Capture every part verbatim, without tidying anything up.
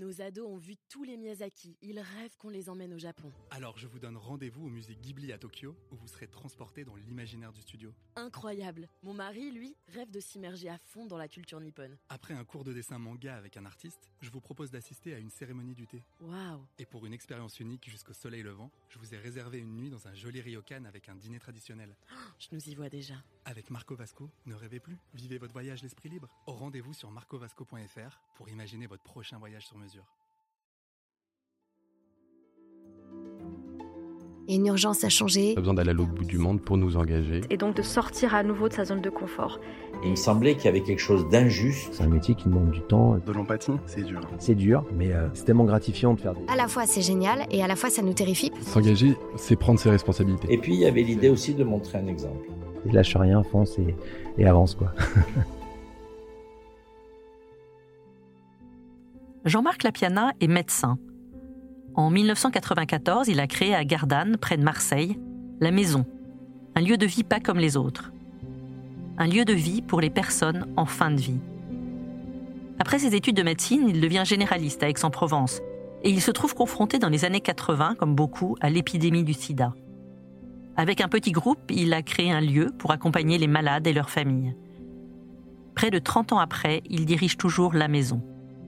Nos ados ont vu tous les Miyazaki. Ils rêvent qu'on les emmène au Japon. Alors je vous donne rendez-vous au musée Ghibli à Tokyo, où vous serez transportés dans l'imaginaire du studio. Incroyable. Mon mari, lui, rêve de s'immerger à fond dans la culture nippone. Après un cours de dessin manga avec un artiste, je vous propose d'assister à une cérémonie du thé. Waouh. Et pour une expérience unique jusqu'au soleil levant, je vous ai réservé une nuit dans un joli ryokan avec un dîner traditionnel. Oh, je nous y vois déjà. Avec Marco Vasco, ne rêvez plus, vivez votre voyage l'esprit libre. Au rendez-vous sur marco vasco point f r pour imaginer votre prochain voyage sur mesure. Il y a une urgence à changer. On a besoin d'aller à l'autre bout du monde pour nous engager. Et donc de sortir à nouveau de sa zone de confort. Il me semblait qu'il y avait quelque chose d'injuste. C'est un métier qui demande du temps. De l'empathie, c'est dur. C'est dur, mais euh, c'est tellement gratifiant de faire des... À la fois c'est génial et à la fois ça nous terrifie. S'engager, c'est prendre ses responsabilités. Et puis il y avait l'idée aussi de montrer un exemple. Et lâche rien, fonce et, et avance quoi. Jean-Marc Lapiana est médecin. En dix-neuf cent quatre-vingt-quatorze, il a créé à Gardanne, près de Marseille, la Maison, un lieu de vie pas comme les autres. Un lieu de vie pour les personnes en fin de vie. Après ses études de médecine, il devient généraliste à Aix-en-Provence et il se trouve confronté dans les années quatre-vingts, comme beaucoup, à l'épidémie du sida. Avec un petit groupe, il a créé un lieu pour accompagner les malades et leurs familles. Près de trente ans après, il dirige toujours la Maison.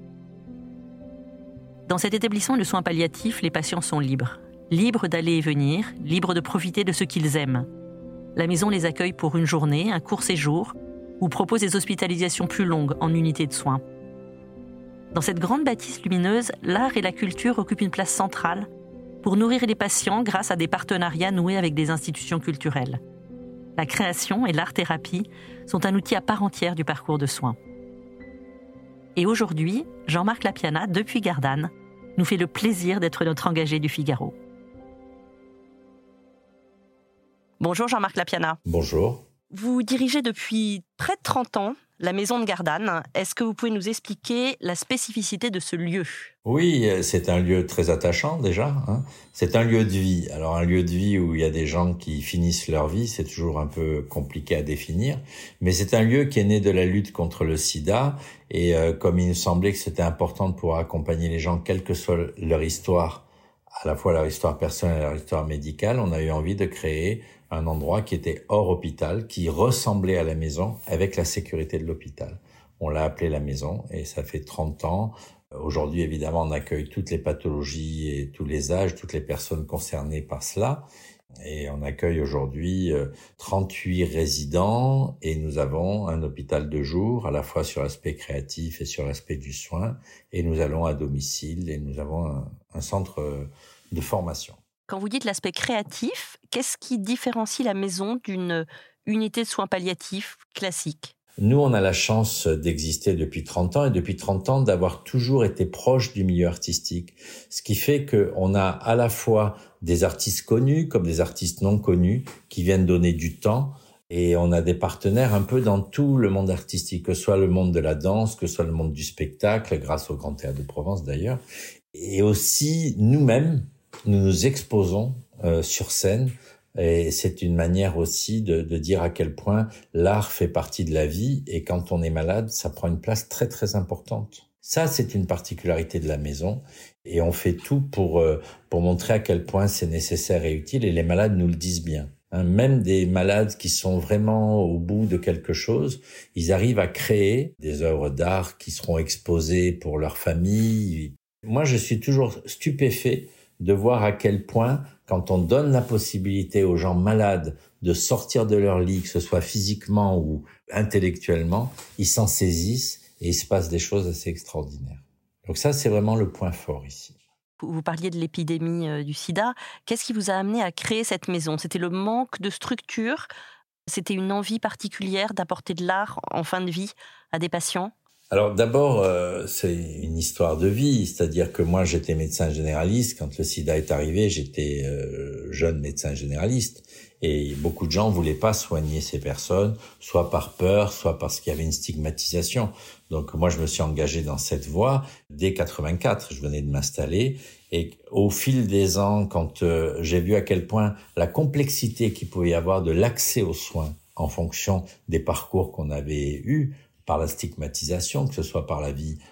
Dans cet établissement de soins palliatifs, les patients sont libres. Libres d'aller et venir, libres de profiter de ce qu'ils aiment. La Maison les accueille pour une journée, un court séjour, ou propose des hospitalisations plus longues en unité de soins. Dans cette grande bâtisse lumineuse, l'art et la culture occupent une place centrale pour nourrir les patients grâce à des partenariats noués avec des institutions culturelles. La création et l'art-thérapie sont un outil à part entière du parcours de soins. Et aujourd'hui, Jean-Marc Lapiana, depuis Gardanne, nous fait le plaisir d'être notre engagé du Figaro. Bonjour Jean-Marc Lapiana. Bonjour. Vous dirigez depuis près de trente ans la Maison de Gardanne. Est-ce que vous pouvez nous expliquer la spécificité de ce lieu ? Oui, c'est un lieu très attachant déjà. Hein. C'est un lieu de vie. Alors un lieu de vie où il y a des gens qui finissent leur vie, c'est toujours un peu compliqué à définir. Mais c'est un lieu qui est né de la lutte contre le sida. Et euh, comme il nous semblait que c'était important de pouvoir accompagner les gens, quelle que soit leur histoire, à la fois leur histoire personnelle et leur histoire médicale, on a eu envie de créer un endroit qui était hors hôpital, qui ressemblait à la maison avec la sécurité de l'hôpital. On l'a appelé la Maison et ça fait trente ans. Aujourd'hui, évidemment, on accueille toutes les pathologies et tous les âges, toutes les personnes concernées par cela. Et on accueille aujourd'hui trente-huit résidents et nous avons un hôpital de jour, à la fois sur l'aspect créatif et sur l'aspect du soin. Et nous allons à domicile et nous avons un, un centre de formation. Quand vous dites l'aspect créatif, qu'est-ce qui différencie la Maison d'une unité de soins palliatifs classique ? Nous, on a la chance d'exister depuis trente ans et depuis trente ans d'avoir toujours été proche du milieu artistique. Ce qui fait qu'on a à la fois des artistes connus comme des artistes non connus qui viennent donner du temps et on a des partenaires un peu dans tout le monde artistique, que ce soit le monde de la danse, que ce soit le monde du spectacle, grâce au Grand Théâtre de Provence d'ailleurs. Et aussi, nous-mêmes, nous nous exposons euh, sur scène. Et c'est une manière aussi de, de dire à quel point l'art fait partie de la vie et quand on est malade, ça prend une place très très importante. Ça, c'est une particularité de la Maison et on fait tout pour pour montrer à quel point c'est nécessaire et utile et les malades nous le disent bien. Hein, même des malades qui sont vraiment au bout de quelque chose, ils arrivent à créer des œuvres d'art qui seront exposées pour leur famille. Moi, je suis toujours stupéfait de voir à quel point, quand on donne la possibilité aux gens malades de sortir de leur lit, que ce soit physiquement ou intellectuellement, ils s'en saisissent et il se passe des choses assez extraordinaires. Donc ça, c'est vraiment le point fort ici. Vous parliez de l'épidémie du sida. Qu'est-ce qui vous a amené à créer cette maison ? C'était le manque de structure ? C'était une envie particulière d'apporter de l'art en fin de vie à des patients ? Alors d'abord, euh, c'est une histoire de vie, c'est-à-dire que moi j'étais médecin généraliste, quand le sida est arrivé, j'étais euh, jeune médecin généraliste et beaucoup de gens voulaient pas soigner ces personnes, soit par peur, soit parce qu'il y avait une stigmatisation. Donc moi je me suis engagé dans cette voie dès quatre-vingt-quatre, je venais de m'installer et au fil des ans, quand euh, j'ai vu à quel point la complexité qu'il pouvait y avoir de l'accès aux soins en fonction des parcours qu'on avait eus, par la stigmatisation, que ce soit par la vie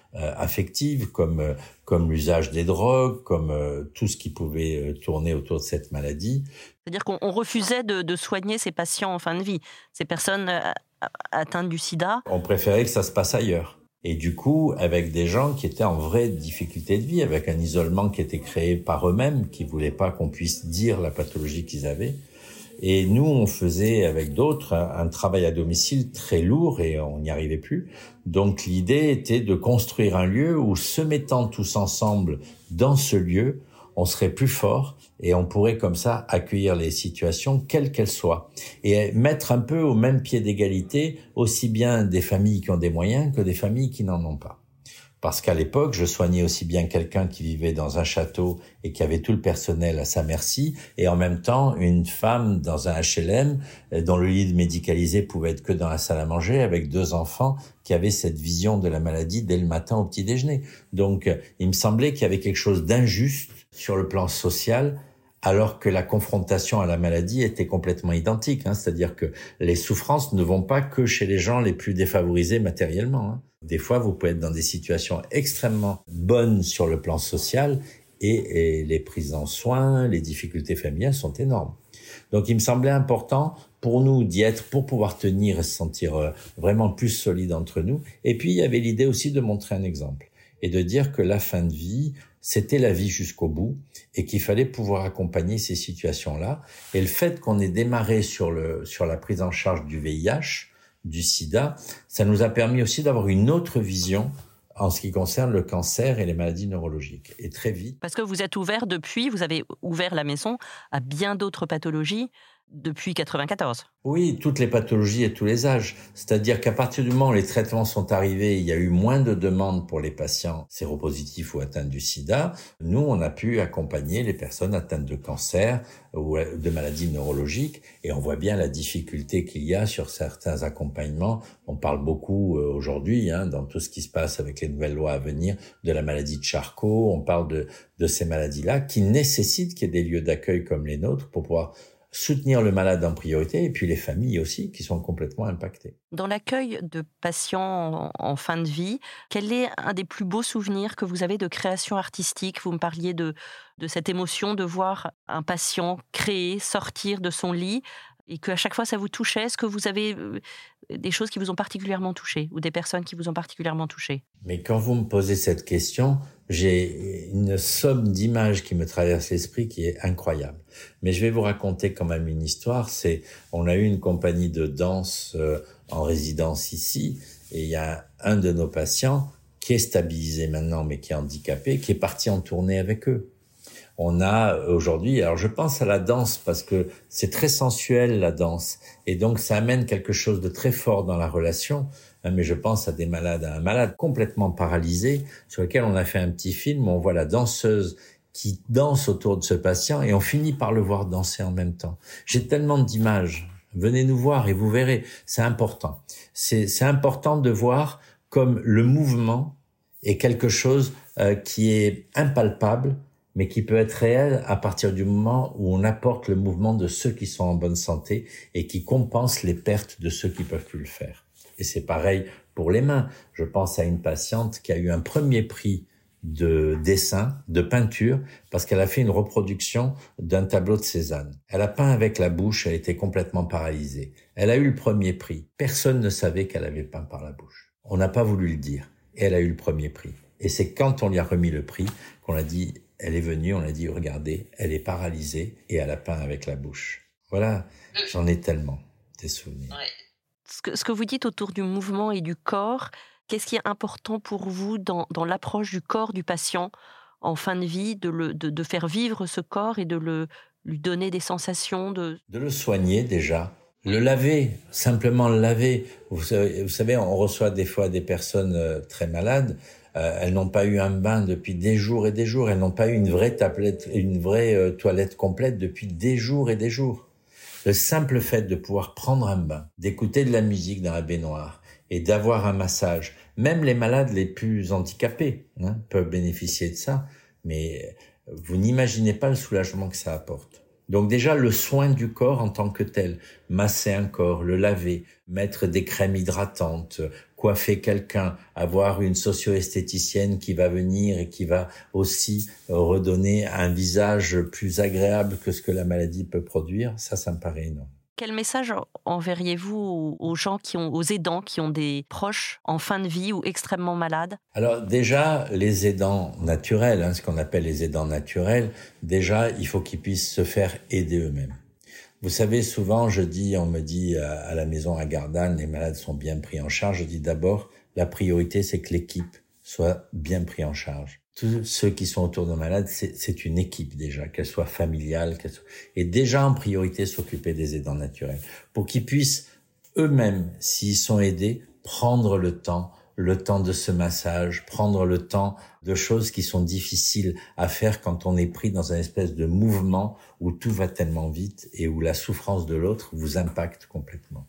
euh, affectives, comme euh, comme l'usage des drogues, comme euh, tout ce qui pouvait euh, tourner autour de cette maladie. C'est-à-dire qu'on on refusait de, de soigner ces patients en fin de vie, ces personnes euh, atteintes du sida. On préférait que ça se passe ailleurs. Et du coup, avec des gens qui étaient en vraie difficulté de vie, avec un isolement qui était créé par eux-mêmes, qui voulaient pas qu'on puisse dire la pathologie qu'ils avaient. Et nous, on faisait avec d'autres un, un travail à domicile très lourd et on n'y arrivait plus. Donc l'idée était de construire un lieu où, se mettant tous ensemble dans ce lieu, on serait plus fort et on pourrait comme ça accueillir les situations quelles qu'elles soient et mettre un peu au même pied d'égalité aussi bien des familles qui ont des moyens que des familles qui n'en ont pas. Parce qu'à l'époque, je soignais aussi bien quelqu'un qui vivait dans un château et qui avait tout le personnel à sa merci, et en même temps une femme dans un H L M dont le lit médicalisé pouvait être que dans la salle à manger, avec deux enfants qui avaient cette vision de la maladie dès le matin au petit déjeuner. Donc, il me semblait qu'il y avait quelque chose d'injuste sur le plan social, alors que la confrontation à la maladie était complètement identique. Hein, c'est-à-dire que les souffrances ne vont pas que chez les gens les plus défavorisés matériellement. Hein. Des fois, vous pouvez être dans des situations extrêmement bonnes sur le plan social et, et les prises en soins, les difficultés familiales sont énormes. Donc, il me semblait important pour nous d'y être, pour pouvoir tenir et se sentir vraiment plus solides entre nous. Et puis, il y avait l'idée aussi de montrer un exemple et de dire que la fin de vie, c'était la vie jusqu'au bout et qu'il fallait pouvoir accompagner ces situations-là. Et le fait qu'on ait démarré sur le sur la prise en charge du V I H, du sida, ça nous a permis aussi d'avoir une autre vision en ce qui concerne le cancer et les maladies neurologiques. Et très vite. Parce que vous êtes ouvert depuis, vous avez ouvert la maison à bien d'autres pathologies depuis quatre-vingt-quatorze. Oui, toutes les pathologies et tous les âges. C'est-à-dire qu'à partir du moment où les traitements sont arrivés, il y a eu moins de demandes pour les patients séropositifs ou atteints du sida. Nous, on a pu accompagner les personnes atteintes de cancer ou de maladies neurologiques et on voit bien la difficulté qu'il y a sur certains accompagnements. On parle beaucoup aujourd'hui, hein, dans tout ce qui se passe avec les nouvelles lois à venir, de la maladie de Charcot. On parle de, de ces maladies-là qui nécessitent qu'il y ait des lieux d'accueil comme les nôtres pour pouvoir soutenir le malade en priorité et puis les familles aussi qui sont complètement impactées. Dans l'accueil de patients en fin de vie, quel est un des plus beaux souvenirs que vous avez de création artistique ? Vous me parliez de, de cette émotion de voir un patient créer, sortir de son lit et qu'à chaque fois ça vous touchait. Est-ce que vous avez des choses qui vous ont particulièrement touché ou des personnes qui vous ont particulièrement touché ? Mais quand vous me posez cette question, j'ai une somme d'images qui me traverse l'esprit qui est incroyable. Mais je vais vous raconter quand même une histoire. C'est, on a eu une compagnie de danse euh, en résidence ici, et il y a un de nos patients qui est stabilisé maintenant, mais qui est handicapé, qui est parti en tournée avec eux. On a aujourd'hui, alors je pense à la danse parce que c'est très sensuel la danse, et donc ça amène quelque chose de très fort dans la relation. Mais je pense à des malades, à un malade complètement paralysé sur lequel on a fait un petit film où on voit la danseuse qui danse autour de ce patient et on finit par le voir danser en même temps. J'ai tellement d'images. Venez nous voir et vous verrez. C'est important. C'est, c'est important de voir comme le mouvement est quelque chose euh, qui est impalpable, mais qui peut être réel à partir du moment où on apporte le mouvement de ceux qui sont en bonne santé et qui compense les pertes de ceux qui peuvent plus le faire. Et c'est pareil pour les mains. Je pense à une patiente qui a eu un premier prix de dessin, de peinture, parce qu'elle a fait une reproduction d'un tableau de Cézanne. Elle a peint avec la bouche, elle était complètement paralysée. Elle a eu le premier prix. Personne ne savait qu'elle avait peint par la bouche. On n'a pas voulu le dire. Et elle a eu le premier prix. Et c'est quand on lui a remis le prix qu'on a dit, elle est venue, on a dit, regardez, elle est paralysée et elle a peint avec la bouche. Voilà, j'en ai tellement des souvenirs. Ouais. Ce que, ce que vous dites autour du mouvement et du corps, qu'est-ce qui est important pour vous dans, dans l'approche du corps du patient en fin de vie, de, le, de, de faire vivre ce corps et de le, lui donner des sensations de... De le soigner déjà, le laver, simplement le laver. Vous savez, vous savez on reçoit des fois des personnes euh, très malades, euh, elles n'ont pas eu un bain depuis des jours et des jours, elles n'ont pas eu une vraie tablette, une vraie euh, toilette complète depuis des jours et des jours. Le simple fait de pouvoir prendre un bain, d'écouter de la musique dans la baignoire et d'avoir un massage, même les malades les plus handicapés hein, peuvent bénéficier de ça, mais vous n'imaginez pas le soulagement que ça apporte. Donc déjà, le soin du corps en tant que tel, masser un corps, le laver, mettre des crèmes hydratantes, coiffer quelqu'un, avoir une socio-esthéticienne qui va venir et qui va aussi redonner un visage plus agréable que ce que la maladie peut produire, ça, ça me paraît énorme. Quel message enverriez-vous aux gens qui ont, aux aidants qui ont des proches en fin de vie ou extrêmement malades? Alors déjà, les aidants naturels, hein, ce qu'on appelle les aidants naturels, déjà, il faut qu'ils puissent se faire aider eux-mêmes. Vous savez, souvent, je dis, on me dit à, à la maison à Gardanne, les malades sont bien pris en charge. Je dis d'abord, la priorité, c'est que l'équipe soit bien prise en charge. Tous ceux qui sont autour de malades, c'est, c'est une équipe déjà, qu'elle soit familiale, qu'elle soit... et déjà en priorité s'occuper des aidants naturels, pour qu'ils puissent eux-mêmes, s'ils sont aidés, prendre le temps, le temps de ce massage, prendre le temps de choses qui sont difficiles à faire quand on est pris dans un espèce de mouvement où tout va tellement vite et où la souffrance de l'autre vous impacte complètement.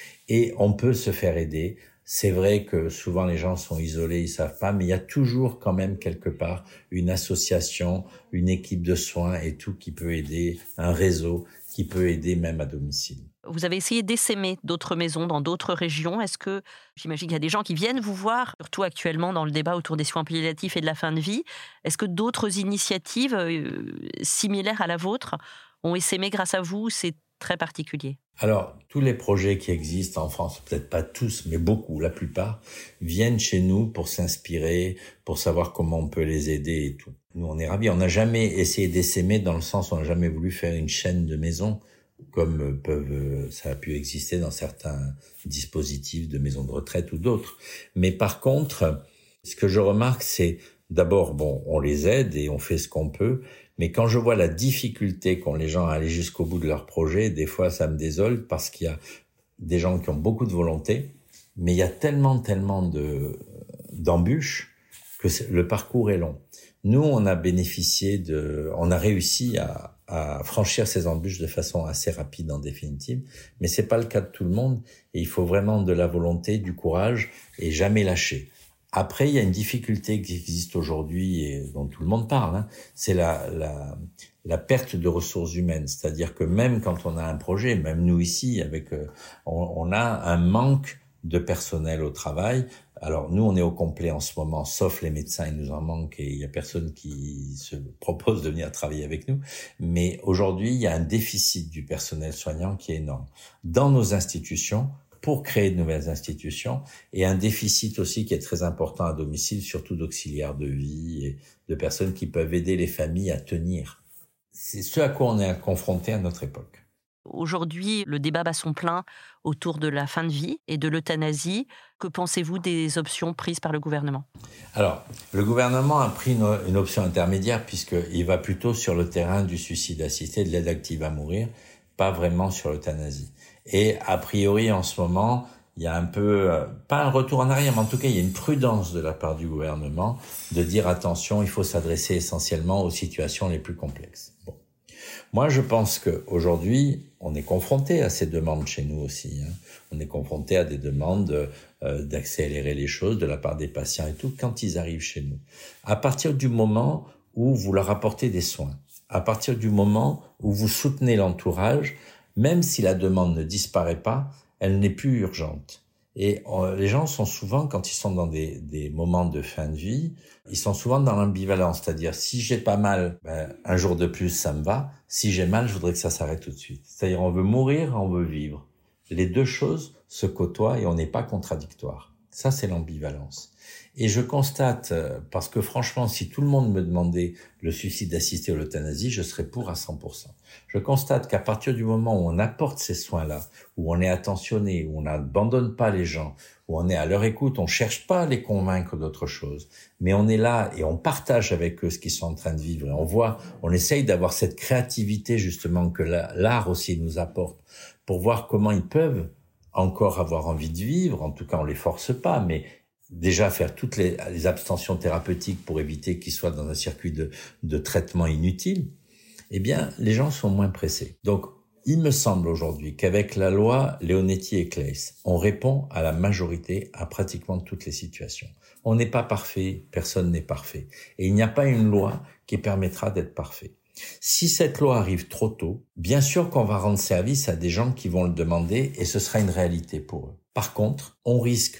Et on peut se faire aider. C'est vrai que souvent les gens sont isolés, ils savent pas, mais il y a toujours quand même quelque part une association, une équipe de soins et tout qui peut aider, un réseau qui peut aider même à domicile. Vous avez essayé d'essaimer d'autres maisons dans d'autres régions. Est-ce que, j'imagine qu'il y a des gens qui viennent vous voir, surtout actuellement dans le débat autour des soins palliatifs et de la fin de vie. Est-ce que d'autres initiatives euh, similaires à la vôtre ont essaimé grâce à vous? C'est très particulier. Alors, tous les projets qui existent en France, peut-être pas tous, mais beaucoup, la plupart, viennent chez nous pour s'inspirer, pour savoir comment on peut les aider et tout. Nous, on est ravis. On n'a jamais essayé d'essaimer dans le sens où on n'a jamais voulu faire une chaîne de maisons, comme peuvent, ça a pu exister dans certains dispositifs de maisons de retraite ou d'autres. Mais par contre, ce que je remarque, c'est d'abord, bon, on les aide et on fait ce qu'on peut, mais quand je vois la difficulté qu'ont les gens à aller jusqu'au bout de leur projet, des fois ça me désole parce qu'il y a des gens qui ont beaucoup de volonté, mais il y a tellement, tellement de, d'embûches que le parcours est long. Nous, on a bénéficié de, on a réussi à, à franchir ces embûches de façon assez rapide en définitive, mais c'est pas le cas de tout le monde et il faut vraiment de la volonté, du courage et jamais lâcher. Après, il y a une difficulté qui existe aujourd'hui et dont tout le monde parle, hein, c'est la, la, la perte de ressources humaines. C'est-à-dire que même quand on a un projet, même nous ici, avec, euh, on, on a un manque de personnel au travail. Alors nous, on est au complet en ce moment, sauf les médecins, il nous en manque et il y a personne qui se propose de venir travailler avec nous. Mais aujourd'hui, il y a un déficit du personnel soignant qui est énorme dans nos institutions, pour créer de nouvelles institutions, et un déficit aussi qui est très important à domicile, surtout d'auxiliaires de vie et de personnes qui peuvent aider les familles à tenir. C'est ce à quoi on est confronté à notre époque. Aujourd'hui, le débat bat son plein autour de la fin de vie et de l'euthanasie. Que pensez-vous des options prises par le gouvernement? Alors, le gouvernement a pris une, une option intermédiaire puisqu'il va plutôt sur le terrain du suicide assisté, de l'aide active à mourir, pas vraiment sur l'euthanasie. Et a priori, en ce moment, il y a un peu, euh, pas un retour en arrière, mais en tout cas, il y a une prudence de la part du gouvernement de dire attention, il faut s'adresser essentiellement aux situations les plus complexes. Bon. Moi, je pense qu'aujourd'hui, on est confronté à ces demandes chez nous aussi. Hein. On est confronté à des demandes euh, d'accélérer les choses de la part des patients et tout quand ils arrivent chez nous. À partir du moment où vous leur apportez des soins, à partir du moment où vous soutenez l'entourage, même si la demande ne disparaît pas, elle n'est plus urgente. Et euh, les gens sont souvent, quand ils sont dans des, des moments de fin de vie, ils sont souvent dans l'ambivalence. C'est-à-dire, si j'ai pas mal, ben, un jour de plus, ça me va. Si j'ai mal, je voudrais que ça s'arrête tout de suite. C'est-à-dire, on veut mourir, on veut vivre. Les deux choses se côtoient et on n'est pas contradictoires. Ça, c'est l'ambivalence. Et je constate, parce que franchement, si tout le monde me demandait le suicide assisté ou l'euthanasie, je serais pour à cent pour cent. Je constate qu'à partir du moment où on apporte ces soins-là, où on est attentionné, où on n'abandonne pas les gens, où on est à leur écoute, on cherche pas à les convaincre d'autre chose, mais on est là et on partage avec eux ce qu'ils sont en train de vivre. Et on voit, on essaye d'avoir cette créativité justement que l'art aussi nous apporte pour voir comment ils peuvent encore avoir envie de vivre. En tout cas, on les force pas, mais déjà faire toutes les, les abstentions thérapeutiques pour éviter qu'ils soient dans un circuit de, de traitement inutile, eh bien, les gens sont moins pressés. Donc, il me semble aujourd'hui qu'avec la loi Leonetti et Claes, on répond à la majorité, à pratiquement toutes les situations. On n'est pas parfait, personne n'est parfait. Et il n'y a pas une loi qui permettra d'être parfait. Si cette loi arrive trop tôt, bien sûr qu'on va rendre service à des gens qui vont le demander et ce sera une réalité pour eux. Par contre, on risque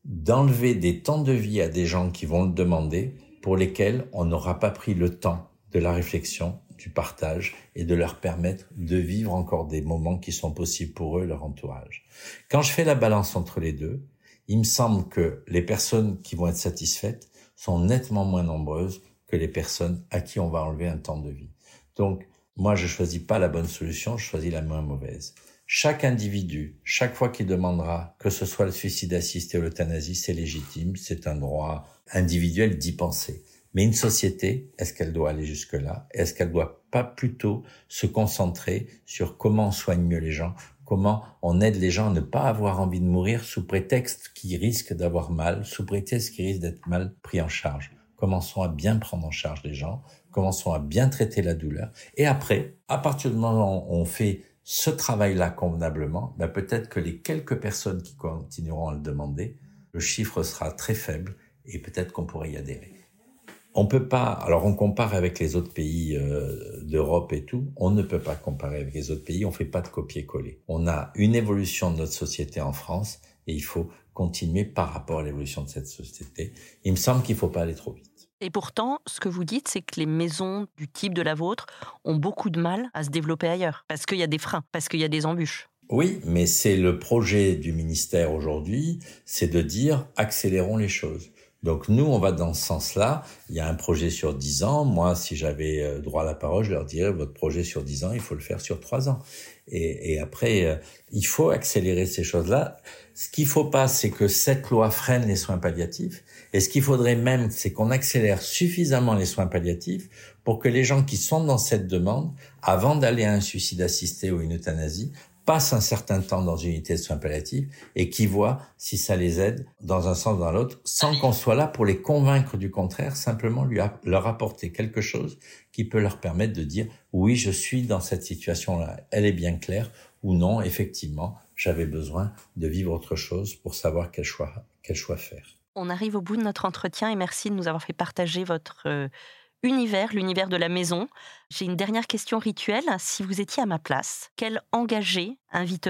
d'enlever des temps de vie à des gens qui vont le demander, pour lesquels on n'aura pas pris le temps de la réflexion, du partage et de leur permettre de vivre encore des moments qui sont possibles pour eux et leur entourage. Quand je fais la balance entre les deux, il me semble que les personnes qui vont être satisfaites sont nettement moins nombreuses que les personnes à qui on va enlever un temps de vie. Donc, moi, je choisis pas la bonne solution, je choisis la moins mauvaise. Chaque individu, chaque fois qu'il demandera que ce soit le suicide assisté ou l'euthanasie, c'est légitime, c'est un droit individuel d'y penser. Mais une société, est-ce qu'elle doit aller jusque-là? Est-ce qu'elle doit pas plutôt se concentrer sur comment on soigne mieux les gens, comment on aide les gens à ne pas avoir envie de mourir sous prétexte qu'ils risquent d'avoir mal, sous prétexte qu'ils risquent d'être mal pris en charge? Commençons à bien prendre en charge les gens, commençons à bien traiter la douleur. Et après, à partir du moment où on fait ce travail-là convenablement, ben peut-être que les quelques personnes qui continueront à le demander, le chiffre sera très faible et peut-être qu'on pourrait y adhérer. On peut pas, alors on compare avec les autres pays euh, d'Europe et tout, on ne peut pas comparer avec les autres pays, on fait pas de copier-coller. On a une évolution de notre société en France et il faut continuer par rapport à l'évolution de cette société. Il me semble qu'il faut pas aller trop vite. Et pourtant, ce que vous dites, c'est que les maisons du type de la vôtre ont beaucoup de mal à se développer ailleurs, parce qu'il y a des freins, parce qu'il y a des embûches. Oui, mais c'est le projet du ministère aujourd'hui, c'est de dire accélérons les choses. Donc nous, on va dans ce sens-là. Il y a un projet sur dix ans. Moi, si j'avais droit à la parole, je leur dirais votre projet sur dix ans, il faut le faire sur trois ans. Et, et après, euh, il faut accélérer ces choses-là. Ce qu'il faut pas, c'est que cette loi freine les soins palliatifs. Et ce qu'il faudrait même, c'est qu'on accélère suffisamment les soins palliatifs pour que les gens qui sont dans cette demande, avant d'aller à un suicide assisté ou une euthanasie, passent un certain temps dans une unité de soins palliatifs et qui voient si ça les aide dans un sens ou dans l'autre, sans qu'on soit là pour les convaincre du contraire, simplement lui a, leur apporter quelque chose qui peut leur permettre de dire « oui, je suis dans cette situation-là, elle est bien claire » ou « non, effectivement, j'avais besoin de vivre autre chose pour savoir quel choix, quel choix faire ». On arrive au bout de notre entretien et merci de nous avoir fait partager votre euh, univers, l'univers de la maison. J'ai une dernière question rituelle. Si vous étiez à ma place, quel engagé inviteriez-vous ?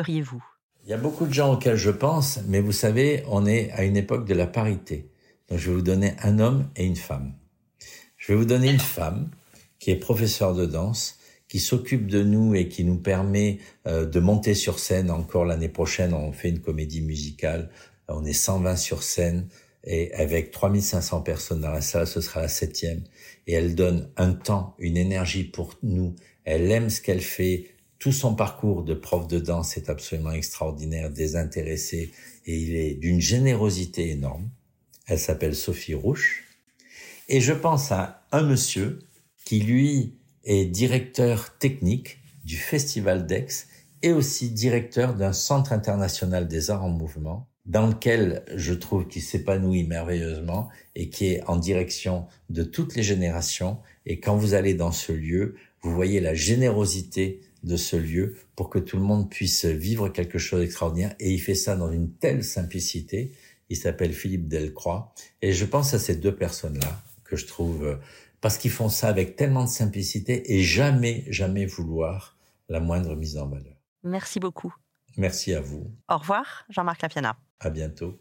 Il y a beaucoup de gens auxquels je pense, mais vous savez, on est à une époque de la parité. Donc je vais vous donner un homme et une femme. Je vais vous donner une femme qui est professeure de danse, qui s'occupe de nous et qui nous permet euh, de monter sur scène. Encore l'année prochaine, on fait une comédie musicale. On est cent vingt sur scène. Et avec trois mille cinq cents personnes dans la salle, ce sera la septième. Et elle donne un temps, une énergie pour nous. Elle aime ce qu'elle fait. Tout son parcours de prof de danse est absolument extraordinaire, désintéressé. Et il est d'une générosité énorme. Elle s'appelle Sophie Rouche. Et je pense à un monsieur qui, lui, est directeur technique du Festival d'Aix et aussi directeur d'un centre international des arts en mouvement, dans lequel je trouve qu'il s'épanouit merveilleusement et qui est en direction de toutes les générations. Et quand vous allez dans ce lieu, vous voyez la générosité de ce lieu pour que tout le monde puisse vivre quelque chose d'extraordinaire. Et il fait ça dans une telle simplicité. Il s'appelle Philippe Delcroix. Et je pense à ces deux personnes-là que je trouve, parce qu'ils font ça avec tellement de simplicité et jamais, jamais vouloir la moindre mise en valeur. Merci beaucoup. Merci à vous. Au revoir, Jean-Marc Lapiana. À bientôt.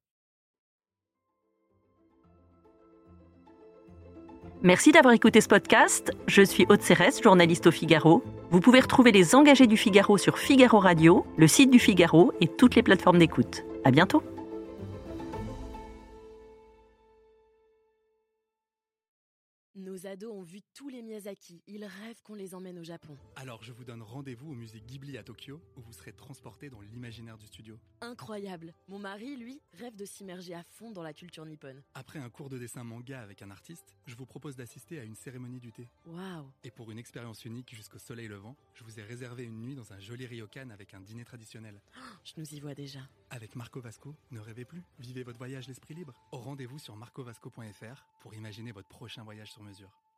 Merci d'avoir écouté ce podcast. Je suis Aude Cérès, journaliste au Figaro. Vous pouvez retrouver les engagés du Figaro sur Figaro Radio, le site du Figaro et toutes les plateformes d'écoute. À bientôt. Nos ados ont vu tous les Miyazaki. Ils rêvent qu'on les emmène au Japon. Alors je vous donne rendez-vous au musée Ghibli à Tokyo, où vous serez transportés dans l'imaginaire du studio. Incroyable. Mon mari, lui, rêve de s'immerger à fond dans la culture nippone. Après un cours de dessin manga avec un artiste, je vous propose d'assister à une cérémonie du thé. Waouh. Et pour une expérience unique jusqu'au soleil levant, je vous ai réservé une nuit dans un joli ryokan avec un dîner traditionnel. Oh, je nous y vois déjà. Avec Marco Vasco, ne rêvez plus, vivez votre voyage l'esprit libre. Au rendez-vous sur marco vasco point f r pour imaginer votre prochain voyage sur mesure.